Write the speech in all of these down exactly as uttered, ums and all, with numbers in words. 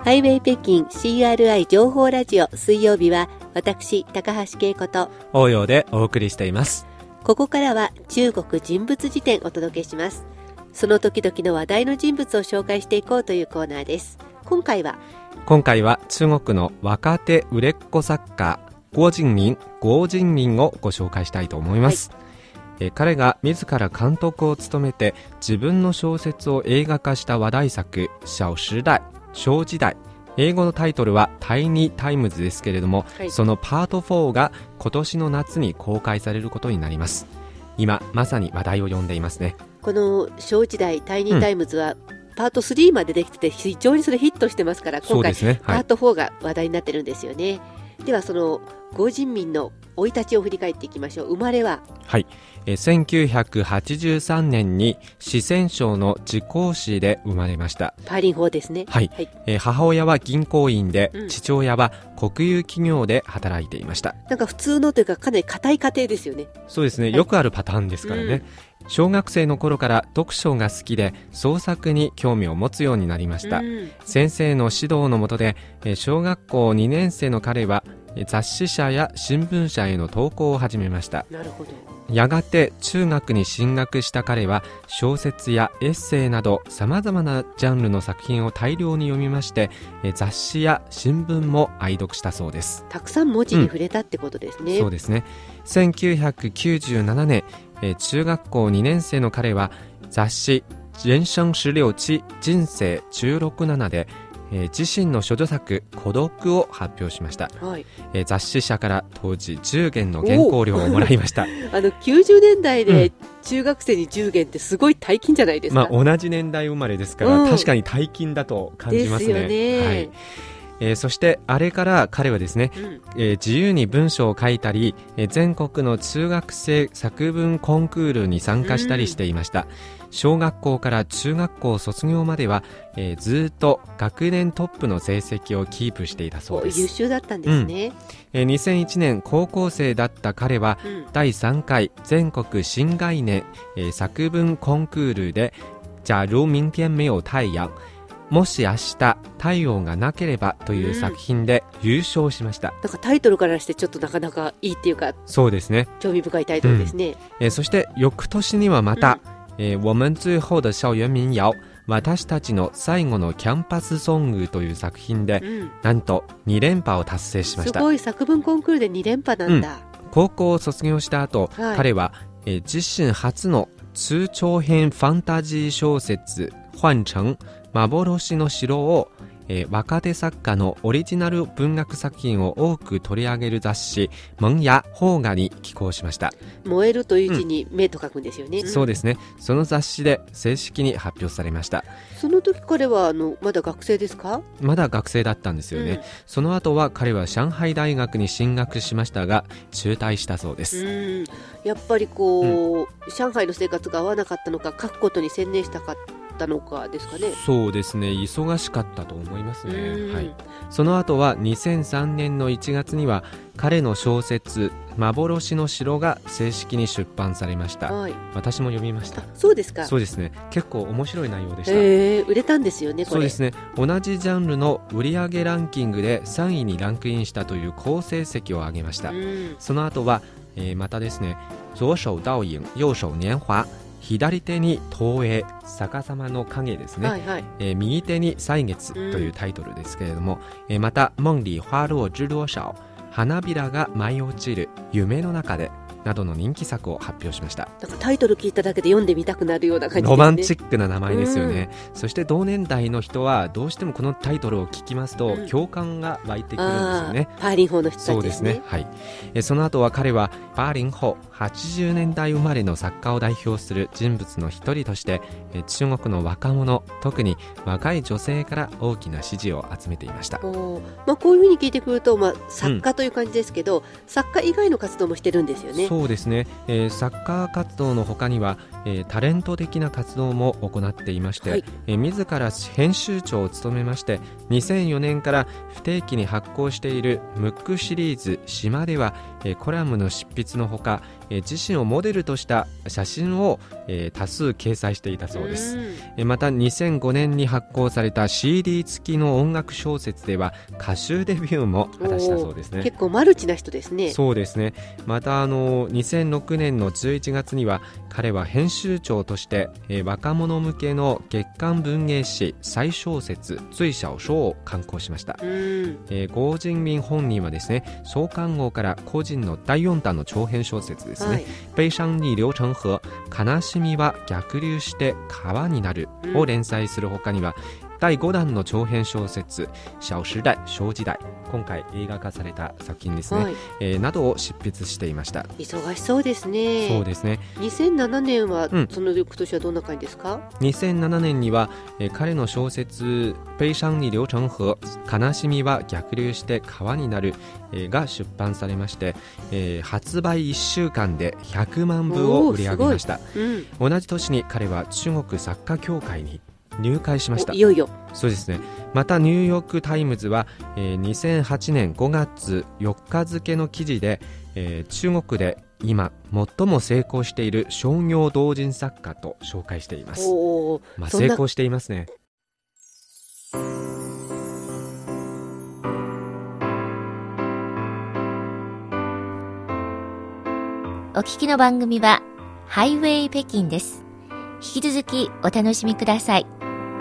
ハイウェイ北京 シーアールアイ 情報ラジオ、水曜日は私高橋恵子と応用でお送りしています。 ここからは中国人物辞典をお届けします。その時々の話題の人物を紹介していこうというコーナーです。今回は今回は中国の若手売れっ子作家郭敬明郭敬明をご紹介したいと思います、はい。え彼が自ら監督を務めて自分の小説を映画化した話題作小時代、小時代、英語のタイトルはタイニータイムズですけれども、はい、そのパートフォーが今年の夏に公開されることになります。今まさに話題を呼んでいますね。 この小時代タイニータイムズは、うん、パートスリーまでできてて非常にそれヒットしてますから、今回、ね、はい、パートフォーが話題になってるんですよね。ではその郭敬明の生い立ちを振り返っていきましょう。生まれは、 はい、えせんきゅうひゃくはちじゅうさんねんに四川省の寺高市で生まれました。 パーリン法ですね。 はい、はい、え母親は銀行員で、うん、父親は国有企業で働いていました。 なんか普通のというかかなり固い家庭ですよね。 そうですね、はい、よくあるパターンですからね、うん、小学生の頃から読書が好きで創作に興味を持つようになりました、うん、先生の指導の下で小学校にねん生の彼は雑誌社や新聞社への投稿を始めました。 なるほど。 やがて中学に進学した彼は小説やエッセイなどさまざまなジャンルの作品を大量に読みまして、雑誌や新聞も愛読したそうです。 たくさん文字に触れたってことですね、 うん、そうですね。せんきゅうひゃくきゅうじゅうななねん、中学校にねん生の彼は雑誌人生じゅうろく期人生じゅうろくななでえー、自身の処女作孤独を発表しました、はい。えー、雑誌社から当時じゅうげんの原稿料をもらいました。 あのきゅうじゅうねんだいで中学生にじゅうげんってすごい大金じゃないですか、 まあ、同じ年代生まれですから、うん、確かに大金だと感じますね。 ですよね、 はい。えー、そしてあれから彼はですね、うん、えー、自由に文章を書いたり、えー、全国の中学生作文コンクールに参加したりしていました、うん。小学校から中学校卒業までは、えー、ずっと学年トップの成績をキープしていたそうです。 優秀だったんですね、 うん。えー、にせんいちねん高校生だった彼は、うん、だいさんかい全国新概念、えー、作文コンクールで假如明天没有太陽、もし明日太陽がなければという作品で優勝しました、うん、 なんかタイトルからしてちょっとなかなかいいっていうか、 そうですね、 興味深いタイトルですね、 うん。えー、そして翌年にはまた、うん、えー、我们最後的校園民謠、私たちの最後のキャンパスソングという作品で、うん、なんとにれんぱを達成しました。 すごい、作文コンクールでにれんぱなんだ、うん。 高校を卒業した後、はい、彼は、えー、自身初の中長編ファンタジー小説幻城、幻の城を、えー、若手作家のオリジナル文学作品を多く取り上げる雑誌萌芽萌芽に寄稿しました。 燃えるという字に目と書くんですよね、うん、 そうですね。その雑誌で正式に発表されました。 その時彼はあのまだ学生ですか？ まだ学生だったんですよね、うん、その後は彼は上海大学に進学しましたが中退したそうです。 うん、やっぱりこう、うん、上海の生活が合わなかったのか、書くことに専念したかったのかですかね。 そうですね、忙しかったと思いますね、はい。その後はにせんさんねんのいちがつには彼の小説幻の城が正式に出版されました、はい。私も読みました。 そうですか。 そうですね、結構面白い内容でした、 えー、売れたんですよねこれ。 そうですね、同じジャンルの売上ランキングでさんいにランクインしたという好成績を挙げました、うん。その後は、えー、またですね、左手倒影右手年華、左手に東映逆さまの影ですね、はいはい。えー、右手に歳月というタイトルですけれども、うん、えー、また夢里花落知多少、花びらが舞い落ちる夢の中でなどの人気作を発表しました。 なんかタイトル聞いただけで読んでみたくなるような感じですね。 ロマンチックな名前ですよね、うん。そして同年代の人はどうしてもこのタイトルを聞きますと、うん、共感が湧いてくるんですよね。 パーリン法の人たちですね。 そうですね、はい。えその後は彼はパーリン法はちじゅうねんだい生まれの作家を代表する人物の一人としてえ中国の若者、特に若い女性から大きな支持を集めていました。 お、まあ、こういうふうに聞いてくると、まあ、作家という感じですけど、うん、作家以外の活動もしてるんですよね。 そうですね、えー、作家活動の他には、えー、タレント的な活動も行っていまして、はい。えー、自ら編集長を務めまして、にせんよねんから不定期に発行しているムックシリーズ島では、えー、コラムの執筆のほか、 えー、自身をモデルとした写真を、えー、多数掲載していたそうです。えー、またにせんごねんに発行された シーディー 付きの音楽小説では歌手デビューも果たしたそうですね。 結構マルチな人ですね。 そうですね。またあのにせんろくねんのじゅういちがつには彼は編集長として、えー、若者向けの月刊文芸誌最小説最小書を刊行しました。えー、ゴージンミン本人はですね、創刊号から個人のだいよんだんの長編小説ですね、はい、悲傷に流成河、悲しみは逆流して川になるを連載する他には、だいごだんの長編小説小時代、小時代、今回映画化された作品ですね、はい、えー、などを執筆していました。 忙しそうですね。 そうですね。 にせんななねんは、うん、その翌年はどんな感じですか？ にせんななねんには、えー、彼の小説悲傷に流成河、悲しみは逆流して川になる、えー、が出版されまして、えー、発売いっしゅうかんでひゃくまんぶを売り上げました。うん、同じ年に彼は中国作家協会に入会しました。 いよいよ。 そうですね。またニューヨークタイムズは、えー、にせんはちねんごがつよっか付の記事で、えー、中国で今最も成功している商業同人作家と紹介しています。お、まあ、成功していますね。 お聞きの番組はハイウェイ北京です。引き続きお楽しみください。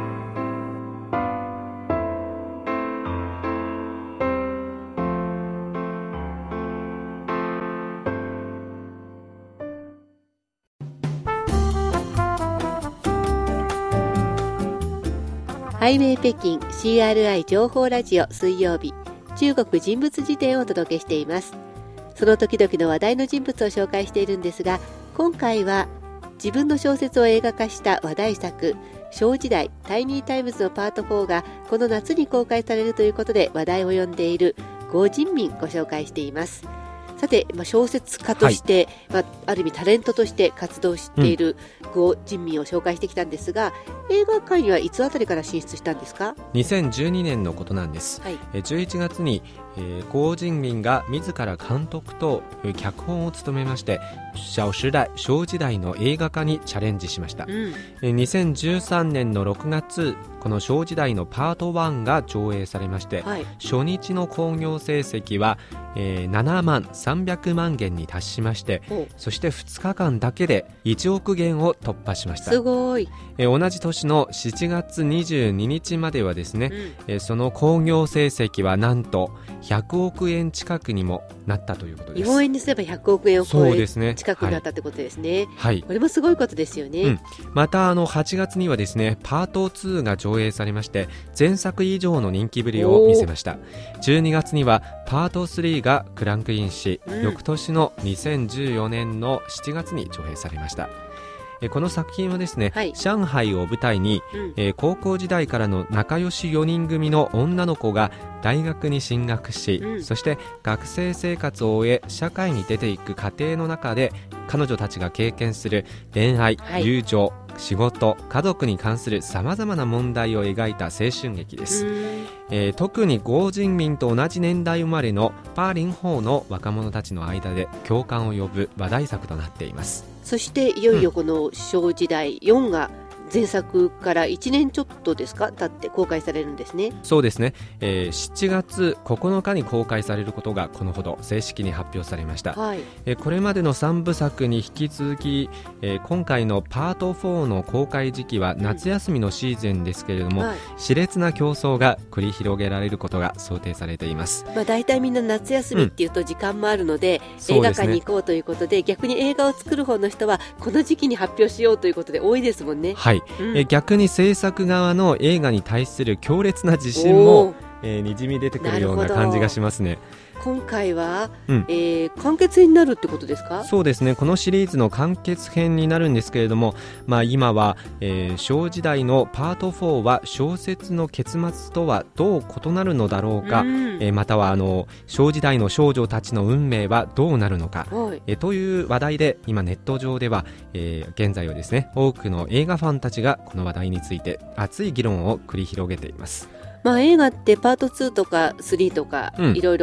ハイウェイ北京 シーアールアイ 情報ラジオ水曜日、中国人物辞典をお届けしています。その時々の話題の人物を紹介しているんですが、今回は自分の小説を映画化した話題作小時代タイニータイムズのパートフォーがこの夏に公開されるということで話題を呼んでいるゴージンミンご紹介しています。さて、まあ、小説家として、はい、まあ、ある意味タレントとして活動しているゴージンミンを紹介してきたんですが、うん、映画界にはいつあたりから進出したんですか？ にせんじゅうにねんのことなんです、はい、えじゅういちがつに、えー、ゴージンミンが自ら監督と脚本を務めまして小時代、小時代の映画化にチャレンジしました、うん、えにせんじゅうさんねんのろくがつ、この小時代のパートワンが上映されまして、はい、初日の興行成績は、えー、ななまんさんびゃくまんげんに達しまして、そしてふつかかんだけでいちおくげんを突破しました。 すごい。 えー、同じ年のしちがつにじゅうににちまではですね、うん、えー、その興行成績はなんとひゃくおくえん近くにもなったということです。 日本円にすればひゃくおくえんを超える近くになったってことですね。はい、これもすごいことですよね、うん、 またあのはちがつにはですねパートツーが上映されまして、前作以上の人気ぶりを見せました。じゅうにがつにはパートスリーがクランクインし、うん、翌年のにせんじゅうよねんのしちがつに上映されました。えこの作品はですね、はい、上海を舞台に、うん、えー、高校時代からの仲良しよにん組の女の子が大学に進学し、うん、そして学生生活を終え社会に出ていく過程の中で彼女たちが経験する恋愛、はい、友情、仕事、家族に関するさまざまな問題を描いた青春劇です。えー、特にゴージンミンと同じ年代生まれのパーリンホーの若者たちの間で共感を呼ぶ話題作となっています。 そしていよいよこの小時代よんが前作からいちねんちょっとですか経って公開されるんですね。 そうですね、えー、しちがつここのかに公開されることがこのほど正式に発表されました、はい、えー、これまでのさんぶさくに引き続き、えー、今回のパートフォーの公開時期は夏休みのシーズンですけれども、うん、はい、熾烈な競争が繰り広げられることが想定されています。 まあ、大体みんな夏休みっていうと時間もあるので、うん、映画館に行こうということ で, で、ね、逆に映画を作る方の人はこの時期に発表しようということで多いですもんね。 はい、うん、え逆に制作側の映画に対する強烈な自信も、えー、にじみ出てくるような感じがしますね。 今回は、うん、えー、完結編になるってことですか？ そうですね、このシリーズの完結編になるんですけれども、まあ、今は、えー、小時代のパートフォーは小説の結末とはどう異なるのだろうか、うん、えー、またはあの小時代の少女たちの運命はどうなるのか、はい、えー、という話題で今ネット上では、えー、現在はですね多くの映画ファンたちがこの話題について熱い議論を繰り広げています。 まあ、映画ってパートツーとかスリーとか、うん、いろいろ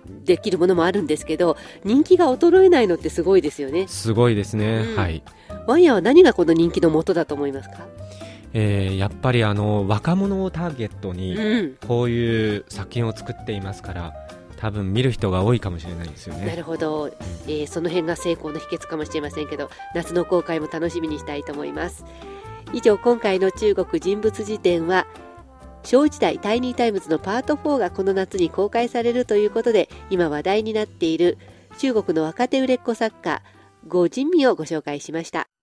できるものもあるんですけど、人気が衰えないのってすごいですよね。 すごいですね、うん、はい。 ワンヤーは何がこの人気の元だと思いますか？ えー、やっぱりあの若者をターゲットにこういう作品を作っていますから、うん、多分見る人が多いかもしれないですよね。 なるほど、えー、その辺が成功の秘訣かもしれませんけど、夏の公開も楽しみにしたいと思います。以上、今回の中国人物辞典は小時代タイニータイムズのパートフォーがこの夏に公開されるということで、今話題になっている中国の若手売れっ子作家呉人民をご紹介しました。